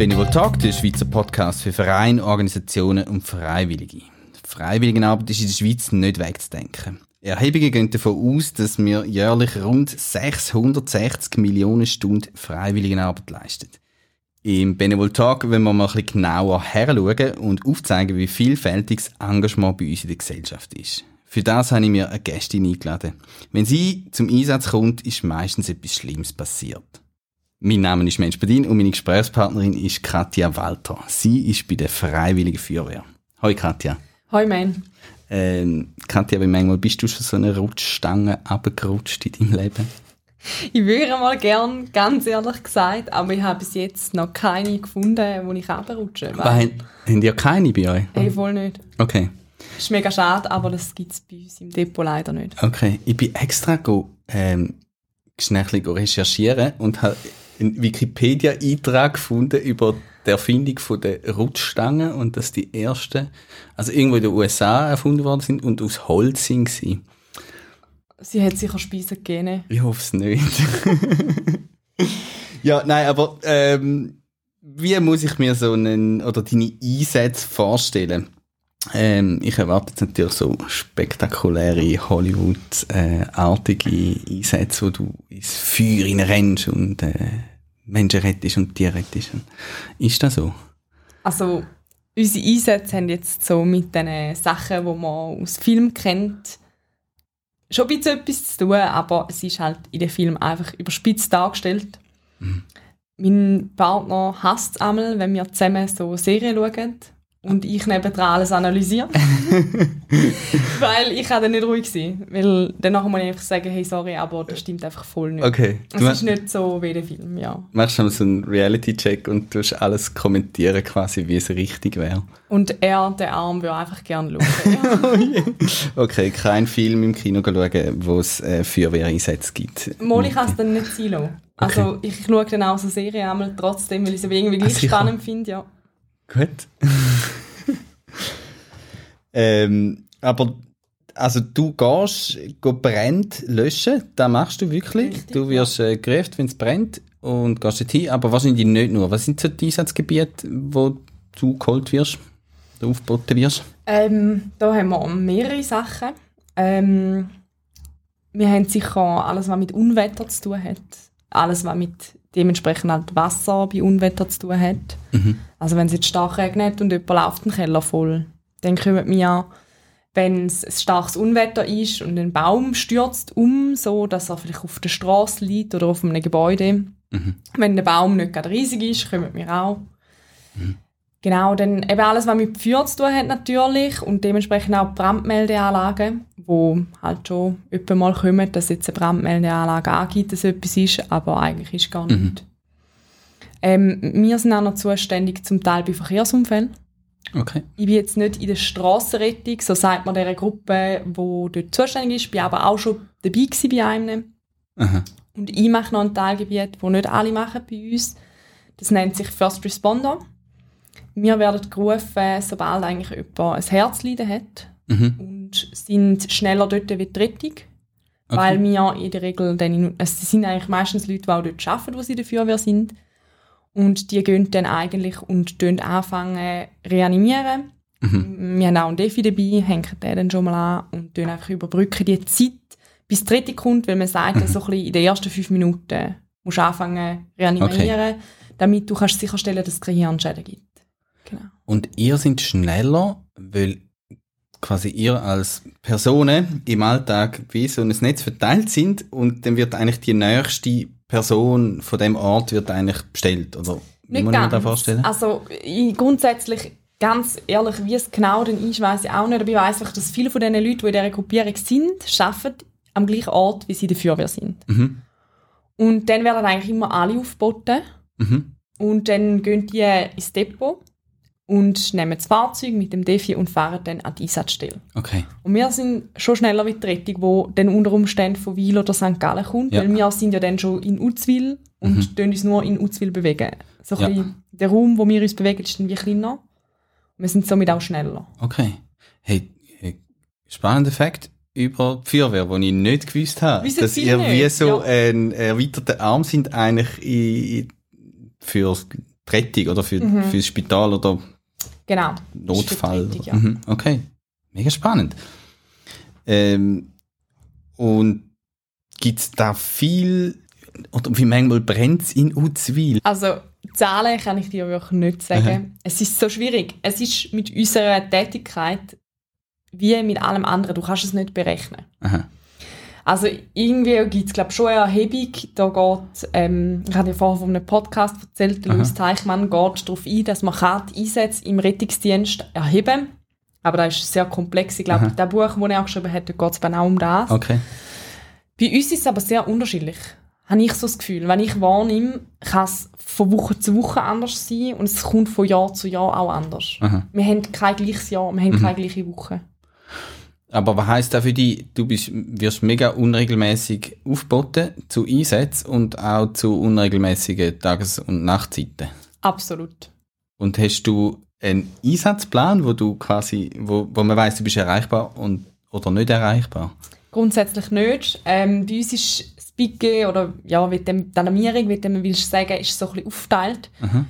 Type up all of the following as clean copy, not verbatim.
Benevol Talk, der Schweizer Podcast für Vereine, Organisationen und Freiwillige. Freiwilligenarbeit ist in der Schweiz nicht wegzudenken. Erhebungen gehen davon aus, dass wir jährlich rund 660 Millionen Stunden Freiwilligenarbeit leisten. Im Benevol Talk wollen wir mal ein bisschen genauer heranschauen und aufzeigen, wie vielfältiges Engagement bei uns in der Gesellschaft ist. Für das habe ich mir eine Gästin eingeladen. Wenn sie zum Einsatz kommt, ist meistens etwas Schlimmes passiert. Mein Name ist Mensch Bedin und meine Gesprächspartnerin ist Katja Walter. Sie ist bei der Freiwilligen Feuerwehr. Hoi Katja. Hoi Men. Katja, wie manchmal bist du schon so eine Rutschstange runtergerutscht in deinem Leben? Ich würde mal gern, ganz ehrlich gesagt, aber ich habe bis jetzt noch keine gefunden, wo ich runterrutsche. Haben die keine bei euch? Hey, voll nicht. Okay. Das ist mega schade, aber das gibt es bei uns im Depot leider nicht. Okay, ich bin extra schnell recherchieren und habe einen Wikipedia-Eintrag gefunden über die Erfindung der Rutschstangen und dass die ersten, also irgendwo in den USA erfunden worden sind und aus Holz sind sie. Sie hat sicher Speisen gegeben. Ich hoffe es nicht. Ja, nein, aber wie muss ich mir so deine Einsätze vorstellen? Ich erwarte jetzt natürlich so spektakuläre Hollywood-artige Einsätze, wo du ins Feuer rennst und Menschen rettest und Tiere rettest. Ist das so? Also, unsere Einsätze haben jetzt so mit den Sachen, die man aus Filmen kennt, schon ein bisschen etwas zu tun, aber es ist halt in dem Film einfach überspitzt dargestellt. Mhm. Mein Partner hasst es einmal, wenn wir zusammen so Serien schauen und ich nebendran alles analysiere. Weil ich kann dann nicht ruhig sein. Weil danach muss ich einfach sagen, hey, sorry, aber das stimmt einfach voll nicht. Okay. Es ist nicht so wie der Film, ja. Machst du so einen Reality-Check und tust alles kommentieren, quasi, wie es richtig wäre. Und er, der Arm, würde einfach gerne schauen. Ja. Okay, kein Film im Kino schauen, wo es Feuerwehreinsätze gibt. Mal, ich kann es dann nicht sein lassen. Also okay. Ich schaue dann auch so Serien einmal trotzdem, weil ich es irgendwie gleich spannend finde, ja. Gut. Aber also du gehst Brände löschen, das machst du wirklich. Richtig, du wirst gerufen, wenn es brennt und gehst dorthin, aber wahrscheinlich nicht nur. Was sind so die Einsatzgebiete, wo du geholt wirst, aufgeboten wirst? Da haben wir mehrere Sachen. Wir haben sicher alles, was mit Unwetter zu tun hat. Alles, was mit dementsprechend halt Wasser bei Unwetter zu tun hat. Mhm. Also wenn es jetzt stark regnet und jemand läuft den Keller voll, dann kommen wir, wenn es ein starkes Unwetter ist und ein Baum stürzt so dass er vielleicht auf der Straße liegt oder auf einem Gebäude. Mhm. Wenn der Baum nicht gerade riesig ist, kommen wir auch. Mhm. Genau, dann eben alles, was mit Feuer zu tun hat natürlich und dementsprechend auch Brandmeldeanlagen, wo halt schon öppe mal kommen, dass jetzt eine Brandmeldeanlage angibt, dass etwas ist, aber eigentlich ist gar nicht. Wir sind auch noch zuständig zum Teil bei Verkehrsunfällen. Okay. Ich bin jetzt nicht in der Strassenrettung, so sagt man dieser Gruppe, die dort zuständig ist. Ich war aber auch schon dabei bei einem. Aha. Und ich mache noch ein Teilgebiet, das nicht alle machen bei uns. Das nennt sich First Responder. Wir werden gerufen, sobald eigentlich jemand ein Herzleiden hat und sind schneller dort wie die Rettung. Okay. Weil wir in der Regel es sind eigentlich meistens Leute, die auch dort arbeiten, wo sie in der Feuerwehr sind. Und die gehen dann eigentlich und anfangen reanimieren. Mhm. Wir haben auch einen Defi dabei, hängen den dann schon mal an und überbrücken die Zeit, bis die Rettung kommt, weil man sagt, so ein bisschen in den ersten 5 Minuten musst du anfangen reanimieren, damit du kannst sicherstellen, dass es keine Hirnschäden gibt. Genau. Und ihr seid schneller, weil quasi ihr als Personen im Alltag wie so ein Netz verteilt sind und dann wird eigentlich die nächste Person von dem Ort wird eigentlich bestellt, oder wie muss man das vorstellen? Also grundsätzlich, ganz ehrlich, wie es genau denn ist, weiss ich auch nicht, aber ich weiss einfach, dass viele von den Leuten, die in dieser Gruppierung sind, arbeiten am gleichen Ort, wie sie in der Feuerwehr sind. Mhm. Und dann werden eigentlich immer alle aufgeboten und dann gehen die ins Depot und nehmen das Fahrzeug mit dem Defi und fahren dann an die Einsatzstelle. Okay. Und wir sind schon schneller wie die Rettung, die dann unter Umständen von Wil oder St. Gallen kommt, weil wir sind ja dann schon in Uzwil und uns nur in Uzwil bewegen. So ein bisschen der Raum, wo wir uns bewegen, ist dann wie kleiner. Und wir sind somit auch schneller. Okay. Hey, spannender Fakt über die Feuerwehr, den ich nicht gewusst habe. Dass ihr wie so ein erweiterter Arm sind eigentlich für die Rettung oder für das Spital oder genau. Notfall. Rettung, ja. Okay, mega spannend. Und gibt es da viel, oder wie manchmal brennt es in Uzwil? Also Zahlen kann ich dir wirklich nicht sagen. Es ist so schwierig. Es ist mit unserer Tätigkeit wie mit allem anderen. Du kannst es nicht berechnen. Aha. Also irgendwie gibt es, glaube ich, schon eine Erhebung. Da geht, ich habe dir vorher von einem Podcast erzählt, der Luis Teichmann geht darauf ein, dass man die Einsätze im Rettungsdienst erheben kann. Aber das ist sehr komplex. Ich glaube, das Buch, das er geschrieben hat, geht es genau um das. Okay. Bei uns ist es aber sehr unterschiedlich. Habe ich so das Gefühl. Wenn ich wahrnehme, kann es von Woche zu Woche anders sein und es kommt von Jahr zu Jahr auch anders. Aha. Wir haben kein gleiches Jahr, wir haben keine gleiche Woche. Aber was heisst das für dich? Du wirst mega unregelmäßig aufgeboten zu Einsätzen und auch zu unregelmäßigen Tages- und Nachtzeiten. Absolut. Und hast du einen Einsatzplan, wo du quasi, wo man weiss, du bist erreichbar oder nicht erreichbar? Grundsätzlich nicht. Bei uns ist das Budget oder ja, die Alarmierung, wie man will sagen, ist so ein bisschen aufgeteilt.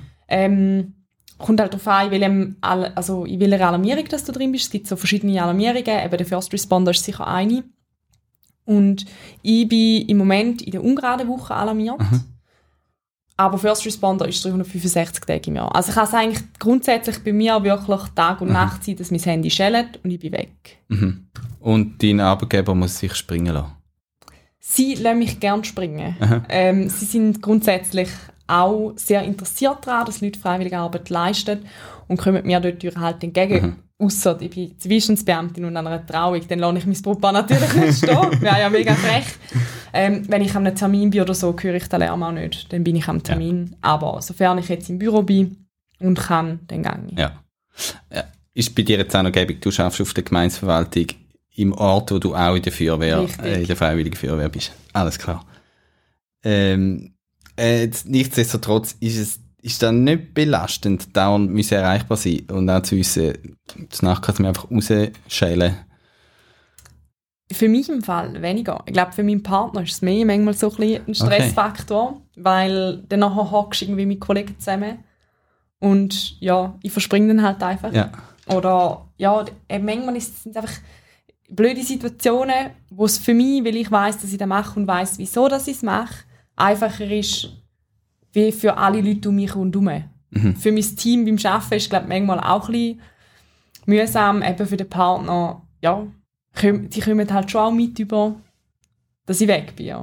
Kommt halt darauf an, in welcher Alarmierung dass du drin bist. Es gibt so verschiedene Alarmierungen, eben der First Responder ist sicher eine. Und ich bin im Moment in der ungeraden Woche alarmiert. Aber First Responder ist 365 Tage im Jahr. Also kann es eigentlich grundsätzlich bei mir wirklich Tag und Nacht sein, dass mein Handy schellt und ich bin weg. Und dein Arbeitgeber muss sich springen lassen? Sie lassen mich gerne springen. Sie sind grundsätzlich auch sehr interessiert daran, dass Leute freiwillige Arbeit leisten und kommen mir dort halt entgegen. Ausser ich bin Zwischensbeamtin und an einer Trauung, dann lasse ich mein Papa natürlich nicht stehen. Wäre ja mega frech. Wenn ich an einem Termin bin oder so, höre ich den Lärm auch nicht. Dann bin ich am Termin. Ja. Aber sofern ich jetzt im Büro bin und kann, dann gehe ich. Ja. Ist bei dir jetzt auch noch gäbig, du arbeitest auf der Gemeindeverwaltung im Ort, wo du auch in der Feuerwehr, in der Freiwilligen Feuerwehr bist. Alles klar. Nichtsdestotrotz ist das nicht belastend, dauernd müssen erreichbar sein und auch zu wissen, danach kann es mir einfach rausschälen. Für mich im Fall weniger. Ich glaube, für meinen Partner ist es mehr manchmal so ein Stressfaktor, weil dann nachher hockst du irgendwie mit Kollegen zusammen und ja, ich verspringe dann halt einfach. Ja. Oder ja, manchmal sind es einfach blöde Situationen, wo es für mich, weil ich weiss, dass ich das mache und weiss, wieso dass ich es mache, einfacher ist, wie für alle Leute um mich rundherum. Für mein Team beim Arbeiten ist es, glaube ich, manchmal auch ein bisschen mühsam, eben für den Partner, ja, die kommen halt schon auch mit über, dass ich weg bin. Ja.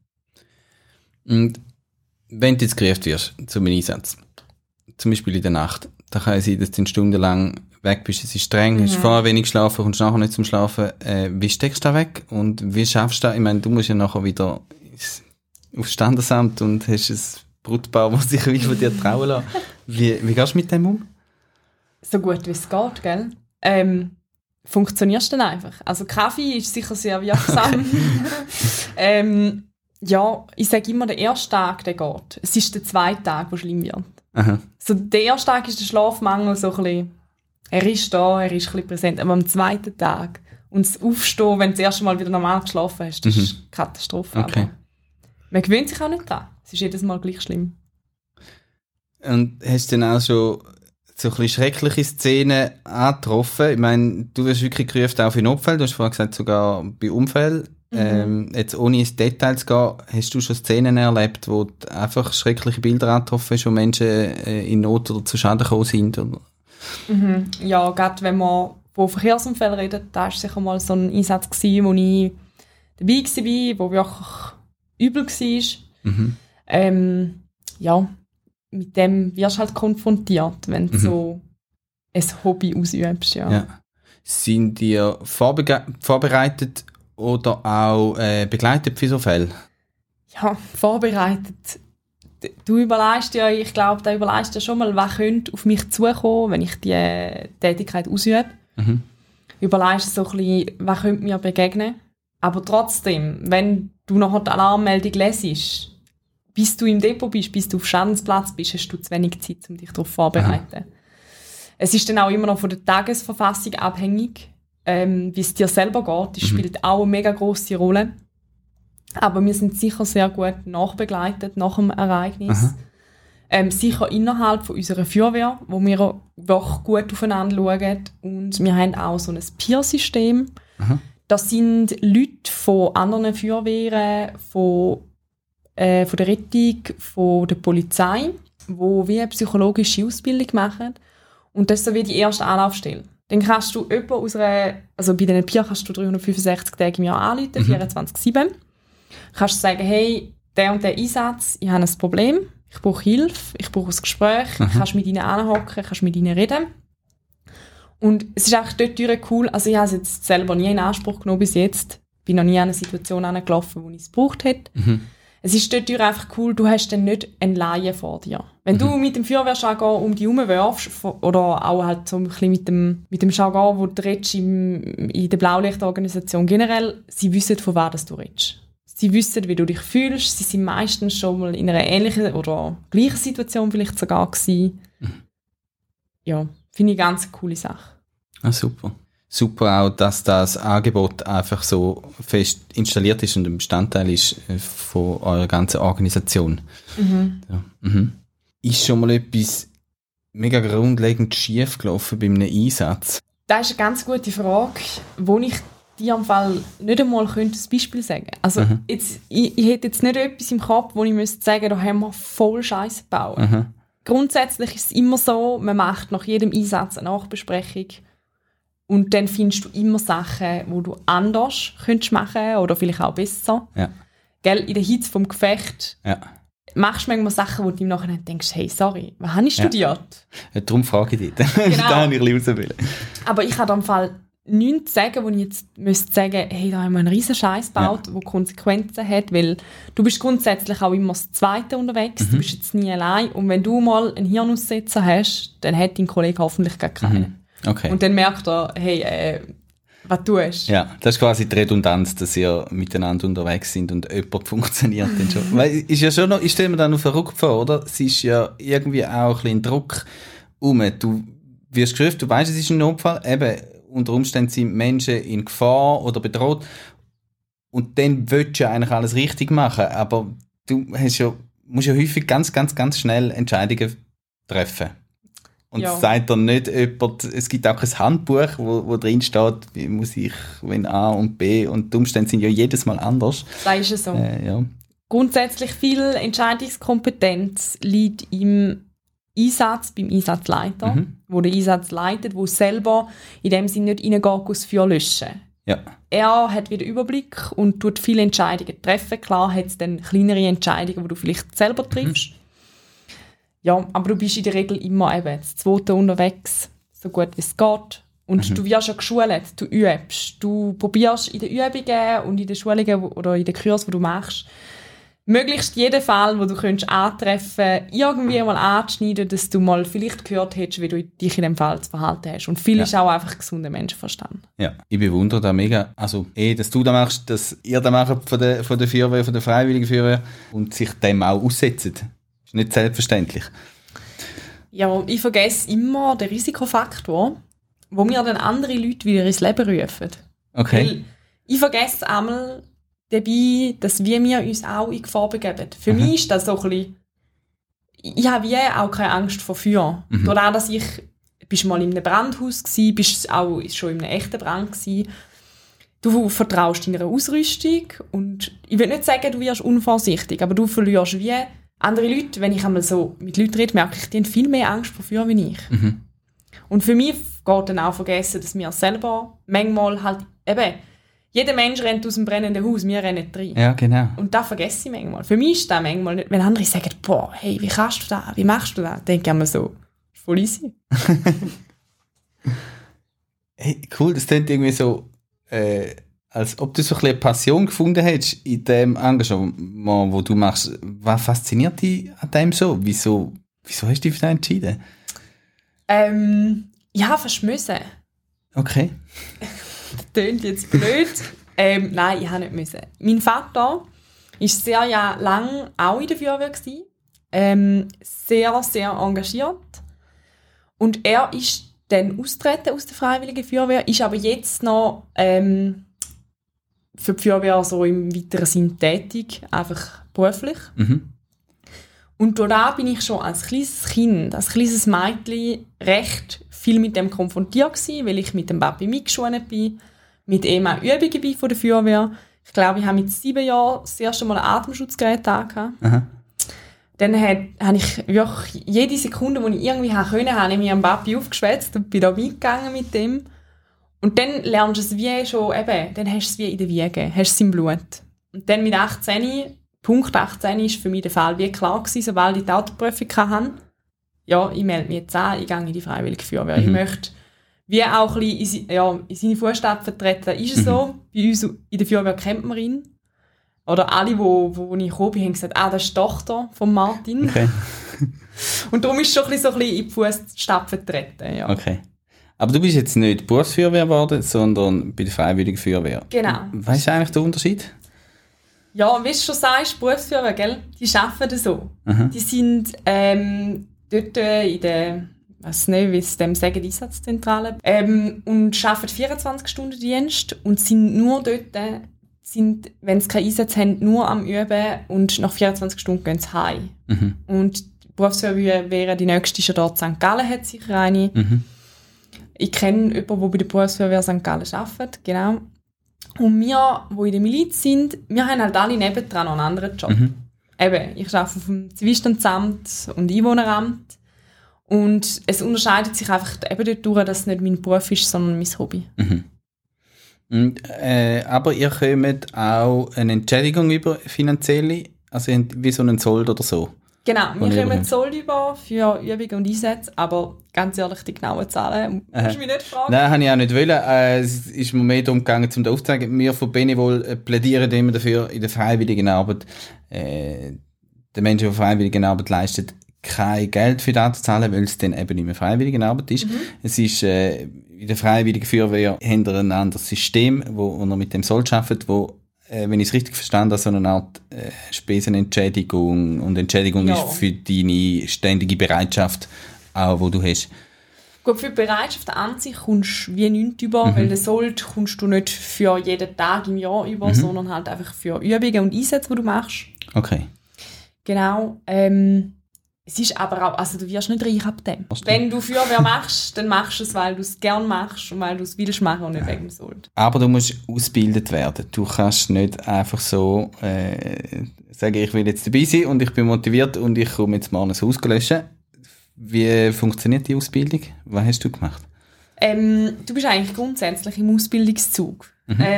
Und wenn du jetzt gerufen wirst zu einem Einsatz, zum Beispiel in der Nacht, dann kann es sein, dass du stundenlang weg bist, es ist streng, hast vorher wenig geschlafen, kommst nachher nicht zum Schlafen. Wie steckst du da weg und wie schaffst du das? Ich meine, du musst ja nachher wieder aufs Standesamt und hast ein Brutpaar, das sich will von dir trauen lassen. Wie gehst du mit dem um? So gut wie es geht, gell? Funktionierst du dann einfach. Also Kaffee ist sicher sehr wirksam. Ja, ich sage immer, der erste Tag, der geht. Es ist der zweite Tag, der schlimm wird. So, der erste Tag ist der Schlafmangel so ein bisschen, er ist da, er ist ein bisschen präsent. Aber am zweiten Tag und das Aufstehen, wenn du das erste Mal wieder normal geschlafen hast, das ist Katastrophe. Okay. Aber man gewöhnt sich auch nicht dran. Es ist jedes Mal gleich schlimm. Und hast du dann auch schon so ein bisschen schreckliche Szenen angetroffen? Ich meine, du wirst wirklich gerufen auch für Notfälle. Du hast vorhin gesagt, sogar bei Unfällen. Jetzt ohne ins Detail zu gehen, hast du schon Szenen erlebt, wo du einfach schreckliche Bilder angetroffen hast, wo Menschen in Not oder zu Schaden gekommen sind? Oder? Ja, gerade wenn man von Verkehrsunfällen redet, da war sicher mal so ein Einsatz, wo ich dabei war, wo wirklich übel war. Ja, mit dem wirst du halt konfrontiert, wenn du so ein Hobby ausübst. Ja. Sind ihr vorbereitet oder auch begleitet für so Fälle? Ja, vorbereitet. Du überlegst ja, ich glaube, da überlegst du schon mal, was könnte auf mich zukommen, wenn ich diese Tätigkeit ausübe. Überlegst so ein bisschen, was könnte mir begegnen. Aber trotzdem, wenn du nachher die Alarmmeldung lesest, bis du im Depot bist, bis du auf Schadensplatz bist, hast du zu wenig Zeit, um dich darauf vorzubereiten. Es ist dann auch immer noch von der Tagesverfassung abhängig, wie es dir selber geht. Das spielt auch eine mega grosse Rolle. Aber wir sind sicher sehr gut nachbegleitet nach dem Ereignis. Sicher innerhalb von unserer Feuerwehr, wo wir doch gut aufeinander schauen. Und wir haben auch so ein Peer-System. Das sind Leute von anderen Feuerwehren, von der Rettung, von der Polizei, die wie eine psychologische Ausbildung machen. Und das ist so wie die erste Anlaufstelle. Dann kannst du also bei diesen Peer kannst du 365 Tage im Jahr anrufen, 24/7. Kannst du sagen, hey, der und der Einsatz, ich habe ein Problem, ich brauche Hilfe, ich brauche ein Gespräch, kannst mit ihnen anhocken, kannst mit ihnen reden. Und es ist auch dort cool, also ich habe es jetzt selber nie in Anspruch genommen bis jetzt, bin noch nie an eine Situation angelaufen, wo ich es gebraucht hätte. Es ist dort einfach cool, du hast dann nicht einen Laien vor dir. Wenn du mit dem Feuerwehrjargon um dich herumwirfst, oder auch halt so ein bisschen mit dem Jargon, wo du redest in der Blaulichtorganisation generell, sie wissen, von was du redest. Sie wissen, wie du dich fühlst, sie sind meistens schon mal in einer ähnlichen oder gleichen Situation vielleicht sogar gewesen. Ja, finde ich eine ganz coole Sache. Ah, super. Super auch, dass das Angebot einfach so fest installiert ist und ein Bestandteil ist von eurer ganzen Organisation. Ja. Ist schon mal etwas mega grundlegend schief gelaufen bei einem Einsatz? Das ist eine ganz gute Frage, wo ich dir am Fall nicht einmal ein Beispiel sagen könnte. Also ich hätte jetzt nicht etwas im Kopf, wo ich müsste sagen, da haben wir voll Scheiße gebaut. Grundsätzlich ist es immer so, man macht nach jedem Einsatz eine Nachbesprechung. Und dann findest du immer Sachen, die du anders könntest machen oder vielleicht auch besser. Ja. Gell, in der Hitze vom Gefecht machst du manchmal Sachen, wo du im Nachhinein denkst, hey, sorry, was habe ich studiert? Ja, darum frage ich dich. Genau. Da habe ich ein bisschen rauswählen. Aber ich habe im Fall nichts zu sagen, wo ich jetzt müsste sagen, hey, da haben wir einen riesen Scheiß gebaut, der Konsequenzen hat, weil du bist grundsätzlich auch immer das Zweite unterwegs, du bist jetzt nie allein und wenn du mal einen Hirnaussetzer hast, dann hat dein Kollege hoffentlich gar keinen. Okay. Und dann merkt er, hey, was tust du? Ja, das ist quasi die Redundanz, dass ihr miteinander unterwegs sind und jemand funktioniert dann schon. Weil ist ja schon noch, ich stelle mir da noch verrückt vor, oder? Es ist ja irgendwie auch ein bisschen Druck Du wirst gerufen, du weißt, es ist ein Notfall, eben unter Umständen sind Menschen in Gefahr oder bedroht und dann willst du ja eigentlich alles richtig machen, aber du musst ja häufig ganz, ganz, ganz schnell Entscheidungen treffen. Und es sagt dann nicht jemand, es gibt auch kein Handbuch, wo drin steht, wie muss ich, wenn A und B, und die Umstände sind ja jedes Mal anders. Das ist so. Grundsätzlich viel Entscheidungskompetenz liegt im Einsatz, beim Einsatzleiter, wo den Einsatz leitet, wo selber in dem Sinne nicht reingeht, aus Feuer löschen. Ja. Er hat wieder Überblick und tut viele Entscheidungen treffen. Klar hat es dann kleinere Entscheidungen, die du vielleicht selber triffst. Ja, aber du bist in der Regel immer eben das Zweite unterwegs, so gut wie es geht. Und du wirst ja geschult, du übst. Du probierst in den Übungen und in den Schulungen oder in den Kursen, die du machst, möglichst jeden Fall, den du antreffen könntest, irgendwie mal anzuschneiden, dass du mal vielleicht gehört hättest, wie du dich in dem Fall zu verhalten hast. Und viel ist auch einfach gesunder Menschenverstand. Ja, ich bewundere das mega. Also, dass du das machst, dass ihr das macht von der Feuerwehr, von der Freiwilligen Feuerwehr und sich dem auch aussetzt. Ist nicht selbstverständlich. Ja, ich vergesse immer den Risikofaktor, wo mir dann andere Leute wieder ins Leben rufen. Okay. Weil ich vergesse einmal dabei, dass wir uns auch in Gefahr begeben. Für mich ist das so ein bisschen, ich habe wie auch keine Angst vor Feuer. Dadurch, dass ich bist mal in einem Brandhaus gsi, bist auch schon in einem echten Brand gsi. Du vertraust deiner Ausrüstung und ich will nicht sagen, du wirst unvorsichtig, aber du verlierst wie andere Leute. Wenn ich einmal so mit Leuten rede, merke ich, die haben viel mehr Angst vor Feuer wie ich. Und für mich geht dann auch vergessen, dass wir selber manchmal halt eben, jeder Mensch rennt aus dem brennenden Haus, wir rennen rein. Ja, genau. Und das vergesse ich manchmal. Für mich ist das manchmal nicht, wenn andere sagen, boah, hey, wie kannst du das, wie machst du das? Denke ich immer so, voll easy. Hey, cool, das klingt irgendwie so, als ob du so ein bisschen eine Passion gefunden hättest in dem Engagement, wo du machst. Was fasziniert dich an dem so? Wieso hast du dich für das entschieden? Ja, fast müssen. Okay. Das klingt jetzt blöd. Nein, ich habe nicht müssen. Mein Vater war sehr lang auch in der Feuerwehr gewesen. Sehr, sehr engagiert. Und er ist dann austreten aus der Freiwilligen Feuerwehr, ist aber jetzt noch für die Feuerwehr so im weiteren Sinn tätig, einfach beruflich. Und da bin ich schon als kleines Kind, als kleines Mädchen recht viel mit dem konfrontiert gewesen, weil ich mit dem Papi mitgeschwommen bin, mit ihm auch Übungen bin von der Feuerwehr. Ich glaube, ich habe mit 7 Jahren das erste Mal ein Atemschutzgerät angehabt. Dann habe ich wirklich jede Sekunde, die ich irgendwie konnte, habe ich mich am Papi aufgeschwätzt und bin da mitgegangen mit dem. Und dann lernst du es wie schon, eben, dann hast du es wie in der Wiege, hast es im Blut. Und dann mit 18, Punkt 18, war für mich der Fall wie klar gewesen, sobald ich die Autoprüfung hatte. Ja, ich melde mich jetzt an, ich gehe in die Freiwillige Feuerwehr. Ich möchte wie auch ein bisschen in seine Fußstapfen treten. Ist es so? Bei uns in der Feuerwehr kennt man ihn. Oder alle, wo ich gekommen bin, haben gesagt, das ist die Tochter von Martin. Okay. Und darum ist es schon ein bisschen in die Fußstapfen treten. Ja. Okay. Aber du bist jetzt nicht Berufsfeuerwehr geworden, sondern bei der Freiwilligen Feuerwehr. Genau. Weißt du eigentlich den Unterschied? Ja, wie du schon sagst, Berufsfeuerwehr, gell? Die arbeiten so. Die sind dort in der, ich weiss nicht, wie es dem sagen, Einsatzzentrale, und arbeiten 24-Stunden-Dienst und sind nur dort, wenn sie keinen Einsatz haben, nur am Üben und nach 24 Stunden gehen sie heim. Und die Berufsfeuerwehr, die nächste ist ja dort St. Gallen, hat sicher eine. Ich kenne jemanden, der bei der Berufsfeuerwehr St. Gallen arbeitet, genau. Und wir, die in der Miliz sind, wir haben halt alle nebendran noch einen anderen Job. Eben, ich arbeite auf dem Zivilstandsamt und Einwohneramt. Und es unterscheidet sich einfach eben dadurch, dass es nicht mein Beruf ist, sondern mein Hobby. Aber ihr bekommt auch eine Entschädigung über finanzielle, also wie so einen Sold oder so? Genau, wir bekommen Sold über für Übungen und Einsätze, aber ganz ehrlich, die genauen Zahlen musst du mich nicht fragen. Nein, habe ich auch nicht wollen. Es ist mir mehr darum gegangen, um das aufzuzeigen. Wir von Benevol plädieren immer dafür, in der freiwilligen Arbeit, den Menschen, die freiwillige Arbeit leisten, kein Geld für das zu zahlen, weil es dann eben nicht mehr freiwillige Arbeit ist. Es ist, in der Freiwilligen Feuerwehr haben wir ein anderes System, wo wir mit dem Sold arbeiten, wo, wenn ich es richtig verstanden habe, so eine Art Spesenentschädigung und Entschädigung ist für deine ständige Bereitschaft, auch, wo du hast. Gut, für die Bereitschaft an sich kommst du wie nichts über, weil den Sold kommst du nicht für jeden Tag im Jahr über, sondern halt einfach für Übungen und Einsätze, die du machst. Okay. Genau. Es ist aber auch, also du wirst nicht reich ab dem. Wenn du Feuerwehr machst, dann machst du es, weil du es gerne machst und weil du es willst machen und nicht wegen dem Sold. Aber du musst ausgebildet werden. Du kannst nicht einfach so sagen, ich will jetzt dabei sein und ich bin motiviert und ich komme jetzt mal ein Haus löschen. Wie funktioniert die Ausbildung? Was hast du gemacht? Du bist eigentlich grundsätzlich im Ausbildungszug.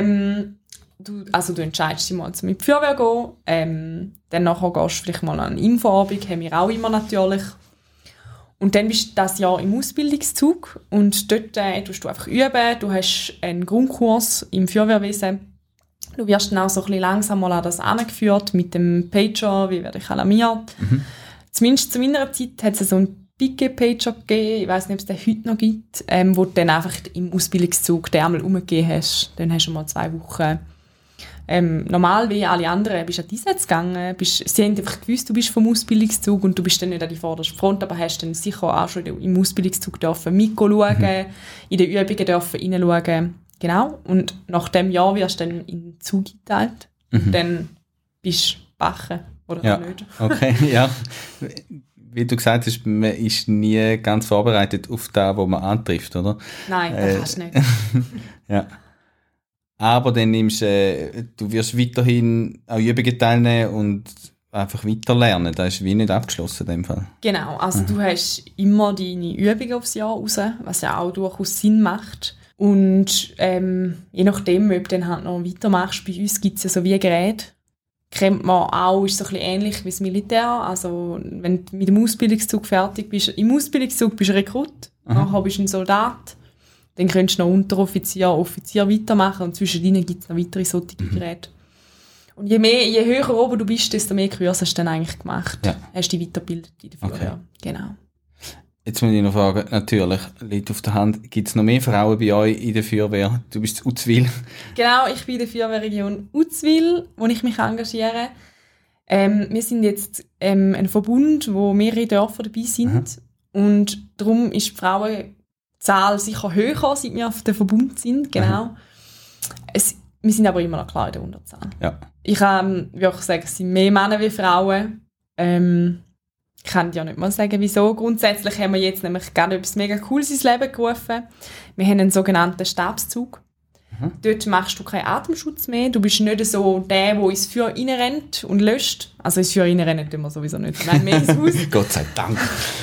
Du entscheidest dich mal, zu mit die Feuerwehr gehen. Dann nachher gehst du vielleicht mal an eine Infoabend, haben wir auch immer natürlich. Und dann bist du das Jahr im Ausbildungszug und dort tust du einfach üben. Du hast einen Grundkurs im Feuerwehrwesen. Du wirst dann auch so ein bisschen langsam mal an das angeführt mit dem Pager, wie werde ich alarmiert. Zumindest zu meiner Zeit hat es so einen Picke-Pager gegeben, ich weiss nicht, ob es den heute noch gibt, wo du dann einfach im Ausbildungszug den einmal umgegeben hast. Dann hast du mal 2 Wochen normal wie alle anderen bist du an die Einsätze gegangen. Sie haben einfach gewusst, du bist vom Ausbildungszug und du bist dann nicht an die vorderste Front, aber hast dann sicher auch schon im Ausbildungszug dürfen mitschauen, in den Übungen dürfen reinschauen. Genau. Und nach dem Jahr wirst du dann in den Zug geteilt. Und dann bist du Bachen, oder nicht? Okay, ja. Wie du gesagt hast, man ist nie ganz vorbereitet auf das, was man antrifft, oder? Nein, das kannst du nicht. Ja. Aber dann du wirst weiterhin an Übungen teilnehmen und einfach weiter lernen. Das ist wie nicht abgeschlossen in dem Fall. Genau, also du hast immer deine Übungen aufs Jahr raus, was ja auch durchaus Sinn macht. Und je nachdem, ob du dann halt noch weitermachst, bei uns gibt es ja so wie Geräte. Kennt man auch, ist so ein bisschen ähnlich wie das Militär. Also wenn du mit dem Ausbildungszug fertig bist, im Ausbildungszug bist du Rekrut, nachher bist du ein Soldat. Dann könntest du noch Unteroffizier, Offizier weitermachen und zwischen ihnen gibt es noch weitere solche Geräte. Und je höher oben du bist, desto mehr Kurse hast du dann eigentlich gemacht. Ja. Hast du dich weitergebildet in der Feuerwehr. Okay. Genau. Jetzt muss ich noch fragen, natürlich, liegt auf der Hand, gibt es noch mehr Frauen bei euch in der Feuerwehr? Du bist in Uzwil. Genau, ich bin in der Feuerwehrregion Uzwil, wo ich mich engagiere. Wir sind jetzt ein Verbund, wo mehrere Dörfer dabei sind. Und darum ist die Frauenzahl sicher höher, seit wir auf dem Verbund sind. Genau. Wir sind aber immer noch klar in der Unterzahl. Ja. Ich kann wirklich sagen, es sind mehr Männer wie Frauen. kann dir nicht mal sagen, wieso. Grundsätzlich haben wir jetzt nämlich gerade etwas mega Cooles ins Leben gerufen. Wir haben einen sogenannten Stabszug. Dort machst du keinen Atemschutz mehr. Du bist nicht so der ins Feuer reinrennt und löscht. Also ins Feuer reinrennen tun wir sowieso nicht. Nein, mehr ins Haus. Gott sei Dank.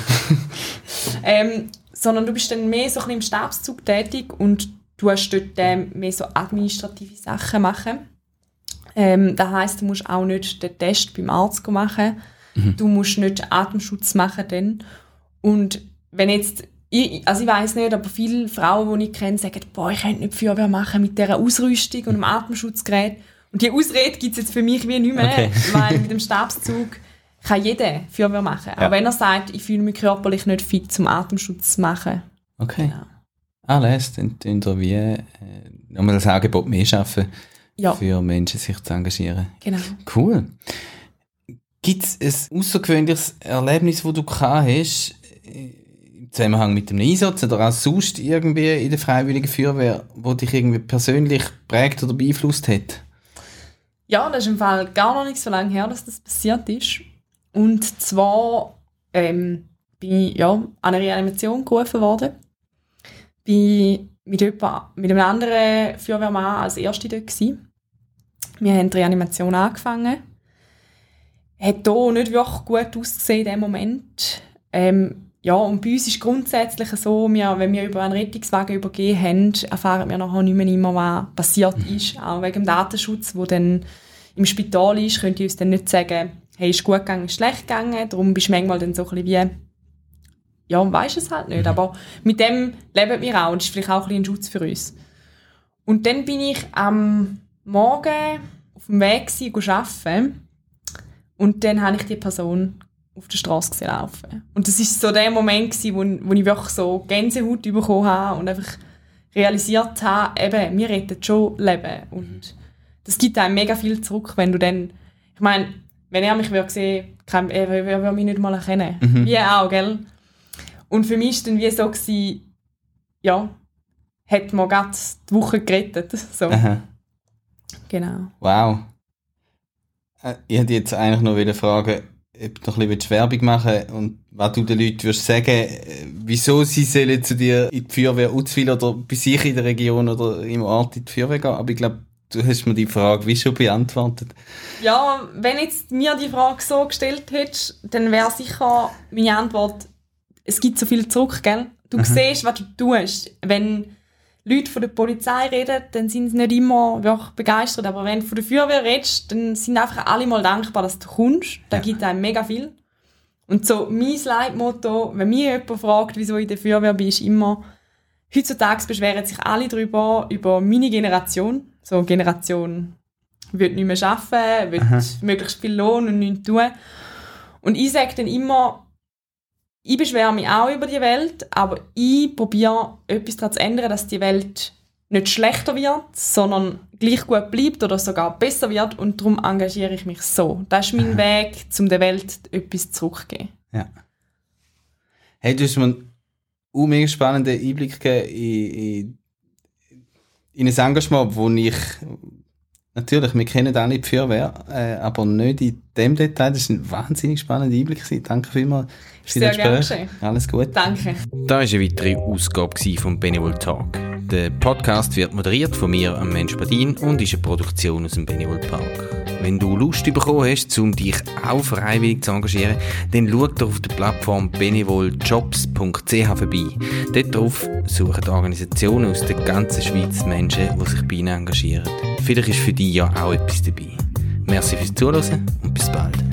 Sondern du bist dann mehr so ein bisschen im Stabszug tätig und du hast dort mehr so administrative Sachen machen. Das heisst, du musst auch nicht den Test beim Arzt machen. Du musst nicht Atemschutz machen dann. Und wenn jetzt, ich weiss nicht, aber viele Frauen, die ich kenne, sagen, boah, ich könnte nicht Feuerwehr machen mit dieser Ausrüstung und dem Atemschutzgerät. Und die Ausrede gibt es jetzt für mich wie nicht mehr, okay. Weil mit dem Stabszug kann jeder Feuerwehr machen. Ja. Auch wenn er sagt, ich fühle mich körperlich nicht fit zum Atemschutz zu machen. Okay. Genau. Les, dann tun wir nochmal das Angebot mehr schaffen, für Menschen sich zu engagieren. Genau. Cool. Gibt es ein außergewöhnliches Erlebnis, das du gehabt hast, im Zusammenhang mit dem Einsatz oder auch sonst irgendwie in der Freiwilligen Feuerwehr, das dich irgendwie persönlich geprägt oder beeinflusst hat? Ja, das ist im Fall gar noch nicht so lange her, dass das passiert ist. Und zwar bin ich an eine Reanimation gerufen worden. Bin mit einem anderen Feuerwehrmann als Erste dort gewesen. Wir haben die Reanimation angefangen. Hat hier nicht wirklich gut ausgesehen in dem Moment. Und bei uns ist grundsätzlich so, wenn wir über einen Rettungswagen übergeben haben, erfahren wir nachher nicht mehr, was passiert ist. Auch wegen dem Datenschutz, der dann im Spital ist, könnt ihr uns dann nicht sagen, hey, ist gut gegangen, ist schlecht gegangen. Darum bist du manchmal dann so ein bisschen wie, weisst es halt nicht. Aber mit dem leben wir auch und das ist vielleicht auch ein bisschen ein Schutz für uns. Und dann bin ich am Morgen auf dem Weg arbeiten und dann habe ich die Person auf der Straße laufen. Und das war so der Moment, wo ich wirklich so Gänsehaut bekommen habe und einfach realisiert habe, eben, wir retten schon Leben. Und das gibt einem mega viel zurück, wenn du dann, ich meine, wenn er mich sehen würde, er würde mich nicht mal erkennen. Wie auch, gell? Und für mich war dann wie so, hat man gerade die Woche gerettet. So. Aha. Genau. Wow. Ich wollte jetzt eigentlich noch fragen, ob du noch ein bisschen Werbung machen und was du den Leuten würdest sagen, wieso sie sollen zu dir in die Feuerwehr Uzwil oder bei sich in der Region oder im Ort in die Feuerwehr gehen. Aber ich glaube, du hast mir die Frage wie schon beantwortet. Ja, wenn jetzt mir die Frage so gestellt hättest, dann wäre sicher meine Antwort, es gibt so viel zurück, gell? Du siehst, was du tust. Wenn Leute von der Polizei reden, dann sind sie nicht immer wirklich begeistert. Aber wenn du von der Feuerwehr redest, dann sind einfach alle mal dankbar, dass du kommst. Das gibt einem mega viel. Und so mein Leitmotto, wenn mich jemand fragt, wieso ich in der Feuerwehr bin, ist immer, heutzutage beschweren sich alle über meine Generation. So Generation will nicht mehr arbeiten, will möglichst viel Lohn und nichts tun. Und ich sage dann immer, ich beschwere mich auch über die Welt, aber ich probiere etwas daran zu ändern, dass die Welt nicht schlechter wird, sondern gleich gut bleibt oder sogar besser wird und darum engagiere ich mich so. Das ist mein Weg, um der Welt etwas zurückzugeben. Ja. Hey, du hast mir einen mega spannenden Einblick gegeben in ein Engagement, wo ich natürlich, wir kennen alle die Feuerwehr, aber nicht in dem Detail. Das war ein wahnsinnig spannender Einblick. Danke vielmals für das Gespräch. Alles gut. Danke. Das war eine weitere Ausgabe vom Benevol Talk. Der Podcast wird moderiert von mir, Mensch Badin, und ist eine Produktion aus dem Benevol Park. Wenn du Lust bekommen hast, um dich auch freiwillig zu engagieren, dann schau doch auf der Plattform benevoljobs.ch vorbei. Dort drauf suchen Organisationen aus der ganzen Schweiz Menschen, die sich bei ihnen engagieren. Vielleicht ist für dich ja auch etwas dabei. Merci fürs Zuhören und bis bald.